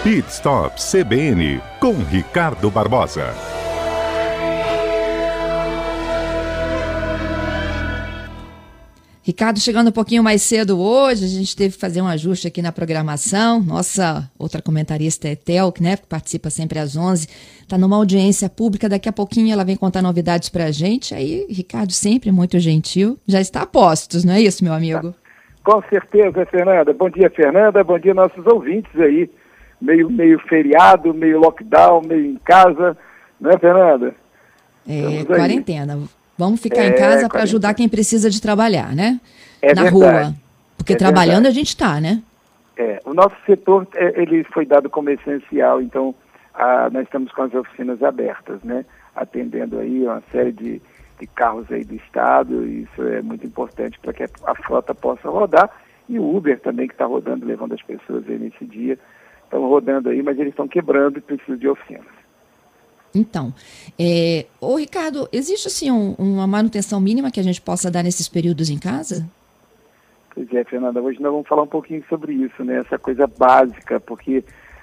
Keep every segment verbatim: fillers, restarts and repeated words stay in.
Pit Stop C B N, com Ricardo Barbosa. Ricardo, chegando um pouquinho mais cedo hoje, a gente teve que fazer um ajuste aqui na programação. Nossa outra comentarista é Tel, né, que participa sempre às onze, está numa audiência pública, daqui a pouquinho ela vem contar novidades para a gente. Aí, Ricardo, sempre muito gentil, já está a postos, não é isso, meu amigo? Com certeza, Fernanda. Bom dia, Fernanda. Bom dia, nossos ouvintes aí. Meio, meio feriado, meio lockdown, meio em casa, não é, Fernanda? É, quarentena. Vamos ficar é, em casa para ajudar quem precisa de trabalhar, né? É Na verdade. rua. Porque é trabalhando verdade. a gente está, né? É, o nosso setor, é, ele foi dado como essencial, então a, nós estamos com as oficinas abertas, né? Atendendo aí uma série de, de carros aí do estado, e isso é muito importante para que a, a frota possa rodar, e o Uber também que está rodando, levando as pessoas aí nesse dia, estão rodando aí, mas eles estão quebrando e precisam de oficinas. Então, é, ô Ricardo, existe assim um, uma manutenção mínima que a gente possa dar nesses períodos em casa? Pois é, Fernanda, hoje nós vamos falar um pouquinho sobre isso, né? Essa coisa básica, porque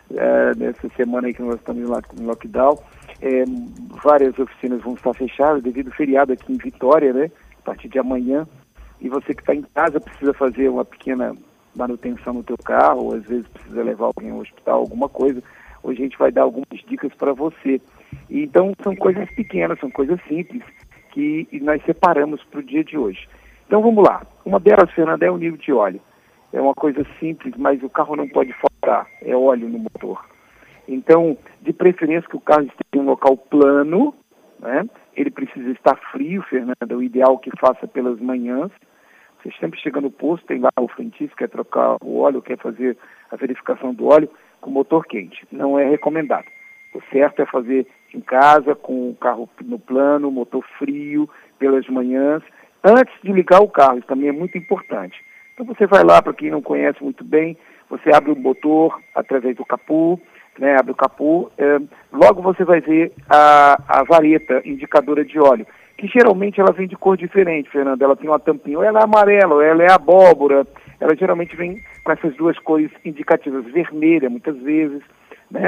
é, nessa semana aí que nós estamos em lockdown, é, várias oficinas vão estar fechadas devido ao feriado aqui em Vitória, né? A partir de amanhã, e você que está em casa precisa fazer uma pequena manutenção no teu carro, ou às vezes precisa levar alguém ao hospital, alguma coisa. Hoje a gente vai dar algumas dicas para você. E, então são coisas pequenas, são coisas simples que nós separamos para o dia de hoje. Então vamos lá. Uma delas, Fernanda, é o nível de óleo. É uma coisa simples, mas o carro não pode faltar. É óleo no motor. Então, de preferência que o carro esteja em um local plano, né? Ele precisa estar frio, Fernanda. O ideal é que faça pelas manhãs. Você sempre chega no posto, tem lá o frentista, quer trocar o óleo, quer fazer a verificação do óleo com motor quente. Não é recomendado. O certo é fazer em casa, com o carro no plano, motor frio, pelas manhãs, antes de ligar o carro. Isso também é muito importante. Então você vai lá, para quem não conhece muito bem, você abre o motor através do capô, né, abre o capô, é, logo você vai ver a, a vareta indicadora de óleo, que geralmente ela vem de cor diferente, Fernanda. Ela tem uma tampinha, ou ela é amarela, ou ela é abóbora. Ela geralmente vem com essas duas cores indicativas, vermelha muitas vezes, né?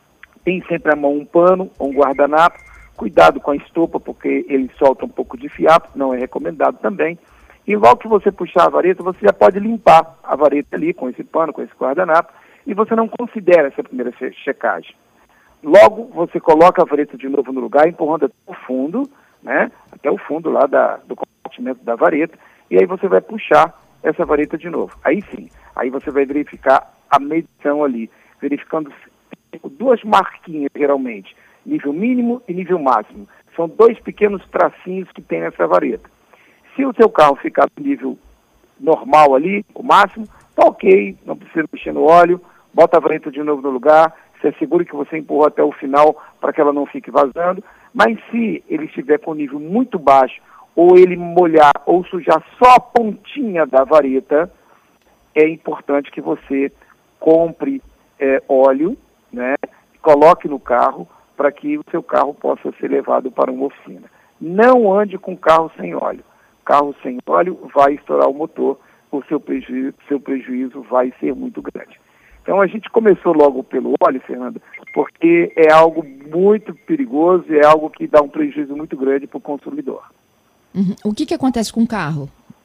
Tem sempre à mão um pano ou um guardanapo. Cuidado com a estopa, porque ele solta um pouco de fiapo, não é recomendado também. E logo que você puxar a vareta, você já pode limpar a vareta ali com esse pano, com esse guardanapo, e você não considera essa primeira che- checagem. Logo, você coloca a vareta de novo no lugar, empurrando até o fundo, né? Até o fundo lá da, do compartimento da vareta, e aí você vai puxar essa vareta de novo. Aí sim, aí você vai verificar a medição ali, verificando duas marquinhas geralmente, nível mínimo e nível máximo. São dois pequenos tracinhos que tem nessa vareta. Se o seu carro ficar no nível normal ali, o máximo, tá ok, não precisa mexer no óleo, bota a vareta de novo no lugar, se assegure que você empurrou até o final para que ela não fique vazando. Mas se ele estiver com nível muito baixo, ou ele molhar ou sujar só a pontinha da vareta, é importante que você compre é, óleo, né? Coloque no carro para que o seu carro possa ser levado para uma oficina. Não ande com carro sem óleo. Carro sem óleo vai estourar o motor, o seu prejuízo, seu prejuízo vai ser muito grande. Então a gente começou logo pelo óleo, Fernanda, porque é algo muito perigoso e é algo que dá um prejuízo muito grande para o consumidor. Uhum. O que, que acontece com o carro?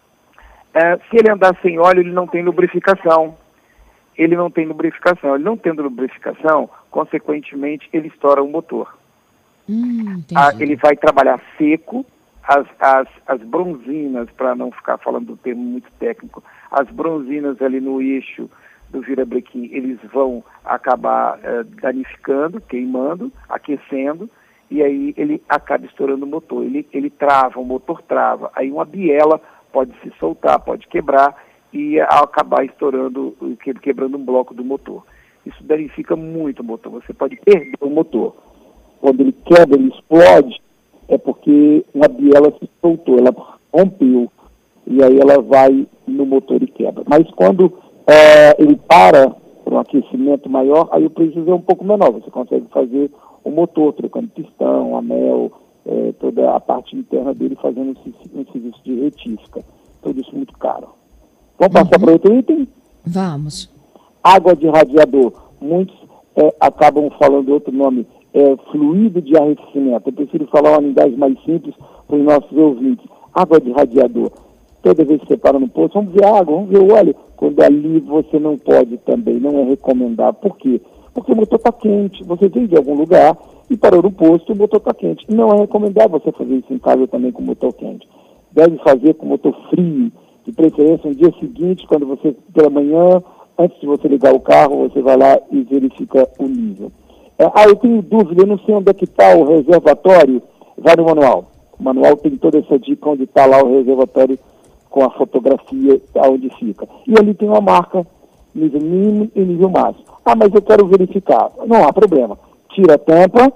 É, se ele andar sem óleo, ele não tem lubrificação. Ele não tem lubrificação. Ele não tendo lubrificação, consequentemente, ele estoura o motor. Hum, ah, ele vai trabalhar seco, as, as, as bronzinas, para não ficar falando do termo muito técnico, as bronzinas ali no eixo do virabrequim, eles vão acabar eh, danificando, queimando, aquecendo, e aí ele acaba estourando o motor. Ele, ele trava, o motor trava. Aí uma biela pode se soltar, pode quebrar, e acabar estourando, quebrando um bloco do motor. Isso danifica muito o motor, você pode perder o motor. Quando ele quebra, ele explode, é porque uma biela se soltou, ela rompeu, e aí ela vai no motor e quebra. Mas quando é, ele para por um aquecimento maior, aí o prejuízo é um pouco menor, você consegue fazer o motor, trocando pistão, anel, é, toda a parte interna dele, fazendo esse, esse serviço de retífica. Tudo isso muito caro. Vamos passar uhum. para outro item? Vamos. Água de radiador. Muitos é, acabam falando outro nome, é, fluido de arrefecimento. Eu prefiro falar uma linguagem mais simples para os nossos ouvintes. Água de radiador. Toda vez que você para no posto, vamos ver a água, vamos ver o óleo. Quando ali você não pode também, não é recomendável. Por quê? Porque o motor está quente. Você veio de algum lugar e parou no posto, o motor está quente. Não é recomendável você fazer isso em casa também com o motor quente. Deve fazer com o motor frio, de preferência no dia seguinte, quando você, pela manhã, antes de você ligar o carro, você vai lá e verifica o nível. É, ah, eu tenho dúvida, eu não sei onde é que está o reservatório. Vai no manual. O manual tem toda essa dica onde está lá o reservatório com a fotografia onde fica. E ali tem uma marca, nível mínimo e nível máximo. Ah, mas eu quero verificar. Não há problema. Tira a tampa,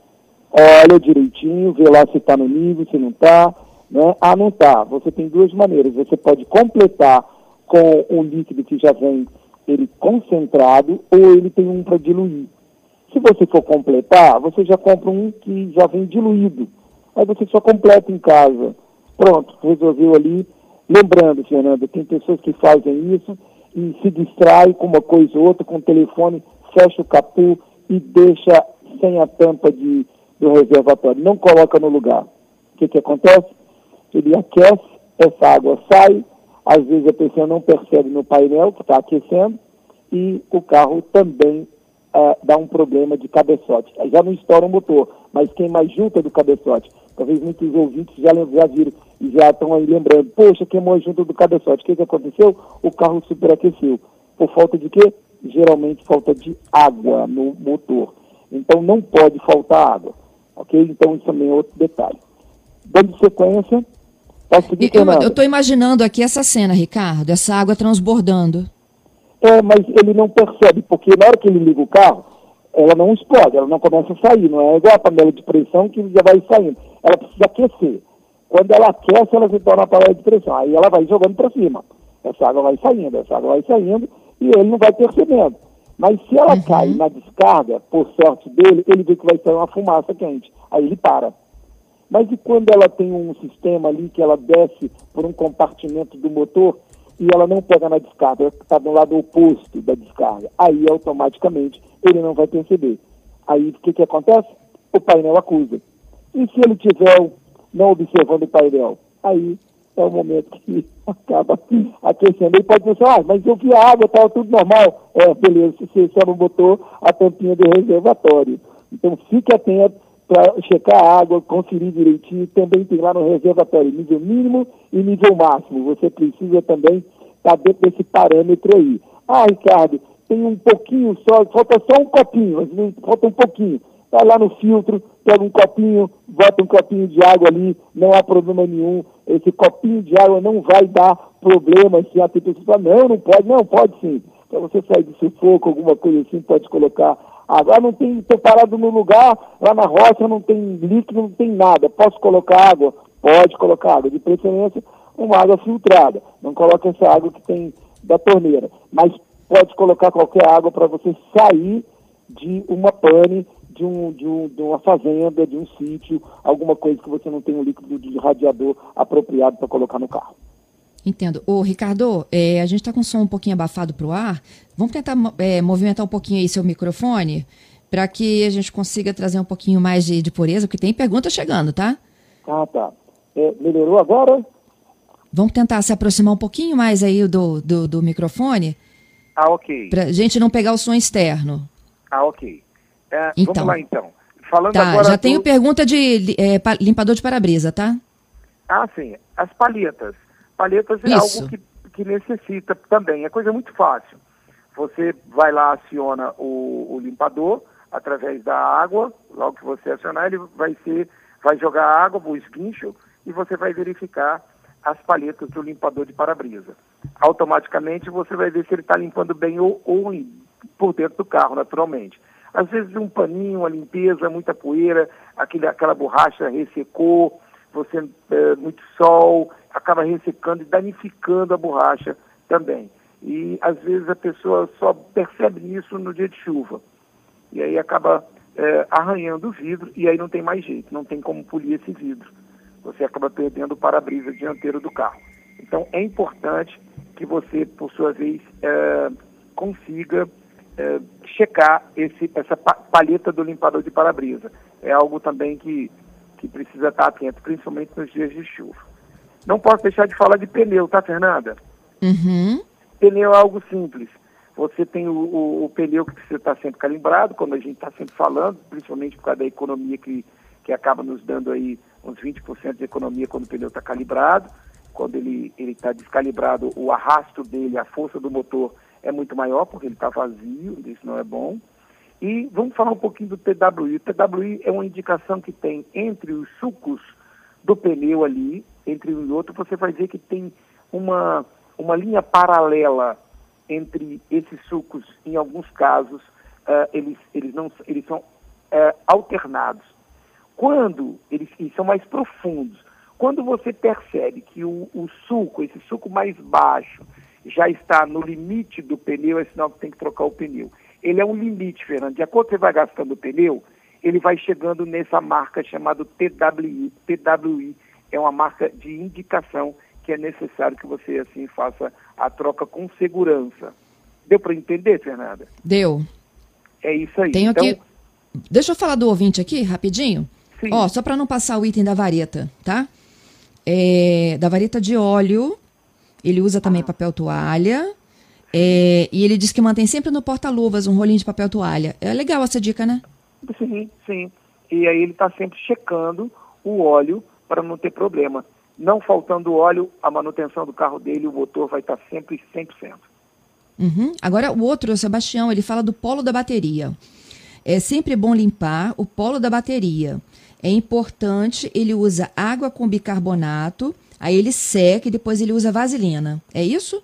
olha direitinho, vê lá se está no nível, se não está. Né? Ah, não está. Você tem duas maneiras. Você pode completar com um líquido que já vem ele concentrado ou ele tem um para diluir. Se você for completar, você já compra um que já vem diluído. Aí você só completa em casa. Pronto, resolveu ali. Lembrando, Fernanda, tem pessoas que fazem isso e se distraem com uma coisa ou outra, com o telefone, fecha o capô e deixa sem a tampa de, do reservatório. Não coloca no lugar. O que, que acontece? Ele aquece, essa água sai, às vezes a pessoa não percebe no painel que está aquecendo e o carro também uh, dá um problema de cabeçote. Já não estoura o motor, mas queima a junta do cabeçote. Talvez muitos ouvintes já, já viram e já estão aí lembrando, poxa, queimou a junta do cabeçote. O que, que aconteceu? O carro superaqueceu. Por falta de quê? Geralmente falta de água no motor. Então não pode faltar água. Ok? Então isso também é outro detalhe. Dando sequência, tá seguir, eu estou imaginando aqui essa cena, Ricardo, essa água transbordando. É, mas ele não percebe, porque na hora que ele liga o carro, ela não explode, ela não começa a sair, não é igual a panela de pressão que já vai saindo. Ela precisa aquecer. Quando ela aquece, ela se torna a panela de pressão. Aí ela vai jogando para cima. Essa água vai saindo, essa água vai saindo e ele não vai percebendo. Mas se ela uhum. cai na descarga, por sorte dele, ele vê que vai sair uma fumaça quente. Aí ele para. Mas e quando ela tem um sistema ali que ela desce por um compartimento do motor e ela não pega na descarga, ela está do lado oposto da descarga, aí automaticamente ele não vai perceber. Aí o que, que acontece? O painel acusa. E se ele estiver não observando o painel? Aí é o momento que acaba aquecendo. Ele pode pensar, ah, mas eu vi a água, estava tudo normal. É, beleza, você só não botou a tampinha do reservatório. Então fique atento para checar a água, conferir direitinho. Também tem lá no reservatório nível mínimo e nível máximo. Você precisa também estar dentro desse parâmetro aí. Ah, Ricardo, tem um pouquinho só, falta só um copinho, falta um pouquinho. Vai lá no filtro, pega um copinho, bota um copinho de água ali, não há problema nenhum. Esse copinho de água não vai dar problema se a pessoa fala, não, não pode, não, pode sim. Para você sair de sufoco, alguma coisa assim, pode colocar água. Ah, não tem, estou parado no lugar, lá na roça não tem líquido, não tem nada. Posso colocar água? Pode colocar água. De preferência, uma água filtrada. Não coloque essa água que tem da torneira. Mas pode colocar qualquer água para você sair de uma pane, de, um, de, um, de uma fazenda, de um sítio, alguma coisa que você não tem um líquido de radiador apropriado para colocar no carro. Entendo. Ô, Ricardo, é, a gente está com o som um pouquinho abafado para o ar. Vamos tentar é, movimentar um pouquinho aí seu microfone para que a gente consiga trazer um pouquinho mais de, de pureza, porque tem pergunta chegando, tá? Ah, tá. É, melhorou agora? Vamos tentar se aproximar um pouquinho mais aí do, do, do microfone. Ah, ok. Para a gente não pegar o som externo. Ah, ok. É, então, vamos lá, então. Falando tá, agora já do... tenho pergunta de é, limpador de para-brisa, tá? Ah, sim. As palhetas. Palhetas é Isso. algo que, que necessita também. É coisa muito fácil. Você vai lá, aciona o, o limpador através da água. Logo que você acionar, ele vai, ser, vai jogar água, o esguincho, e você vai verificar as palhetas do limpador de para-brisa. Automaticamente você vai ver se ele está limpando bem ou, ou por dentro do carro, naturalmente. Às vezes um paninho, uma limpeza, muita poeira, aquele, aquela borracha ressecou, você é, muito sol, acaba ressecando e danificando a borracha também. E às vezes a pessoa só percebe isso no dia de chuva. E aí acaba é, arranhando o vidro e aí não tem mais jeito, não tem como polir esse vidro. Você acaba perdendo o para-brisa dianteiro do carro. Então é importante que você, por sua vez, é, consiga é, checar esse, essa palheta do limpador de para-brisa. É algo também que, que precisa estar atento, principalmente nos dias de chuva. Não posso deixar de falar de pneu, tá, Fernanda? Uhum. Pneu é algo simples. Você tem o, o, o pneu que precisa estar sempre calibrado, como a gente está sempre falando, principalmente por causa da economia que, que acaba nos dando aí uns vinte por cento de economia quando o pneu está calibrado. Quando ele está descalibrado, o arrasto dele, a força do motor é muito maior, porque ele está vazio, isso não é bom. E vamos falar um pouquinho do T W I. O T W I é uma indicação que tem entre os sucos do pneu ali, entre um e outro, você vai ver que tem uma, uma linha paralela entre esses sucos. Em alguns casos, uh, eles, eles, não, eles são uh, alternados. Quando eles, eles são mais profundos, quando você percebe que o, o suco, esse suco mais baixo, já está no limite do pneu, é sinal que tem que trocar o pneu. Ele é um limite, Fernando. De acordo com você vai gastando o pneu, ele vai chegando nessa marca chamada T W I. T W I é uma marca de indicação que é necessário que você assim faça a troca com segurança. Deu para entender, Fernanda? Deu. É isso aí. Tenho então, aqui... Deixa eu falar do ouvinte aqui, rapidinho. Sim. Ó, só para não passar o item da vareta, tá? É, da vareta de óleo, ele usa também ah. papel toalha, é, e ele diz que mantém sempre no porta-luvas um rolinho de papel toalha. É legal essa dica, né? Sim, sim. E aí ele está sempre checando o óleo para não ter problema. Não faltando óleo, a manutenção do carro dele, o motor vai estar sempre cem por cento. Uhum. Agora o outro, o Sebastião, ele fala do polo da bateria. É sempre bom limpar o polo da bateria. É importante, ele usa água com bicarbonato, aí ele seca e depois ele usa vaselina. É isso?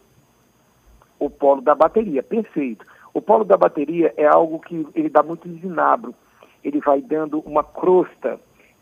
O polo da bateria, perfeito. O polo da bateria é algo que ele dá muito desinabro. Ele vai dando uma crosta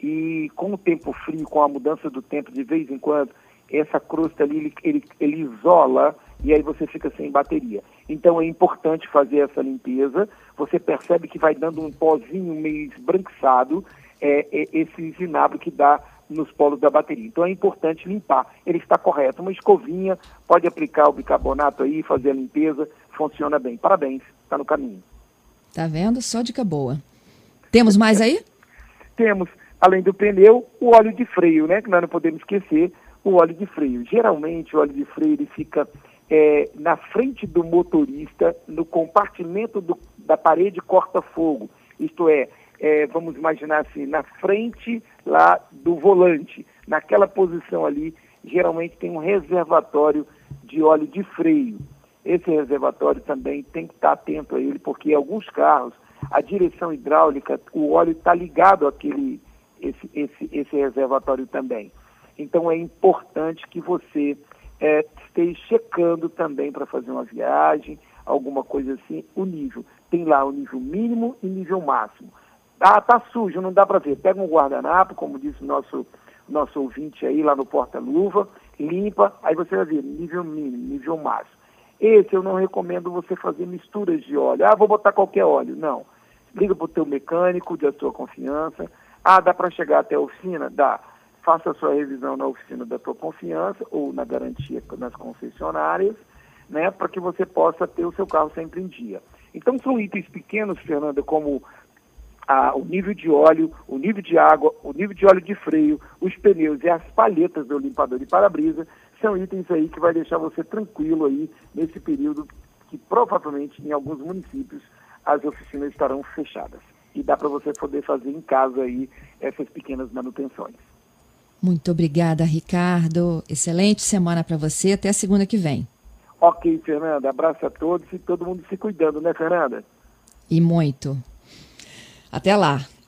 e com o tempo frio, com a mudança do tempo, de vez em quando, essa crosta ali, ele, ele, ele isola e aí você fica sem bateria. Então é importante fazer essa limpeza. Você percebe que vai dando um pozinho meio esbranquiçado, é, é esse zinabro que dá nos polos da bateria. Então é importante limpar. Ele está correto. Uma escovinha, pode aplicar o bicarbonato aí, fazer a limpeza, funciona bem. Parabéns, está no caminho. Tá vendo? Só dica boa. Temos mais aí? Temos, além do pneu, o óleo de freio, né? Que nós não podemos esquecer, o óleo de freio. Geralmente o óleo de freio ele fica é, na frente do motorista, no compartimento do, da parede corta-fogo. Isto é, é, vamos imaginar assim, na frente lá do volante, naquela posição ali, geralmente tem um reservatório de óleo de freio. Esse reservatório também tem que estar atento a ele, porque em alguns carros, a direção hidráulica, o óleo está ligado àquele, esse, esse, esse reservatório também. Então é importante que você é, esteja checando também para fazer uma viagem, alguma coisa assim, o nível. Tem lá o nível mínimo e nível máximo. Ah, tá sujo, não dá para ver. Pega um guardanapo, como disse o nosso, nosso ouvinte aí lá no porta-luva, limpa, aí você vai ver nível mínimo, nível máximo. Esse eu não recomendo você fazer misturas de óleo. Ah, vou botar qualquer óleo. Não. Liga para o teu mecânico de sua confiança. Ah, dá para chegar até a oficina? Dá. Faça a sua revisão na oficina da tua confiança ou na garantia nas concessionárias, né, para que você possa ter o seu carro sempre em dia. Então são itens pequenos, Fernanda, como ah, o nível de óleo, o nível de água, o nível de óleo de freio, os pneus e as palhetas do limpador de para-brisa, são itens aí que vai deixar você tranquilo aí nesse período que provavelmente em alguns municípios as oficinas estarão fechadas. E dá para você poder fazer em casa aí essas pequenas manutenções. Muito obrigada, Ricardo. Excelente semana para você. Até a segunda que vem. Ok, Fernanda. Abraço a todos e todo mundo se cuidando, né, Fernanda? E muito. Até lá.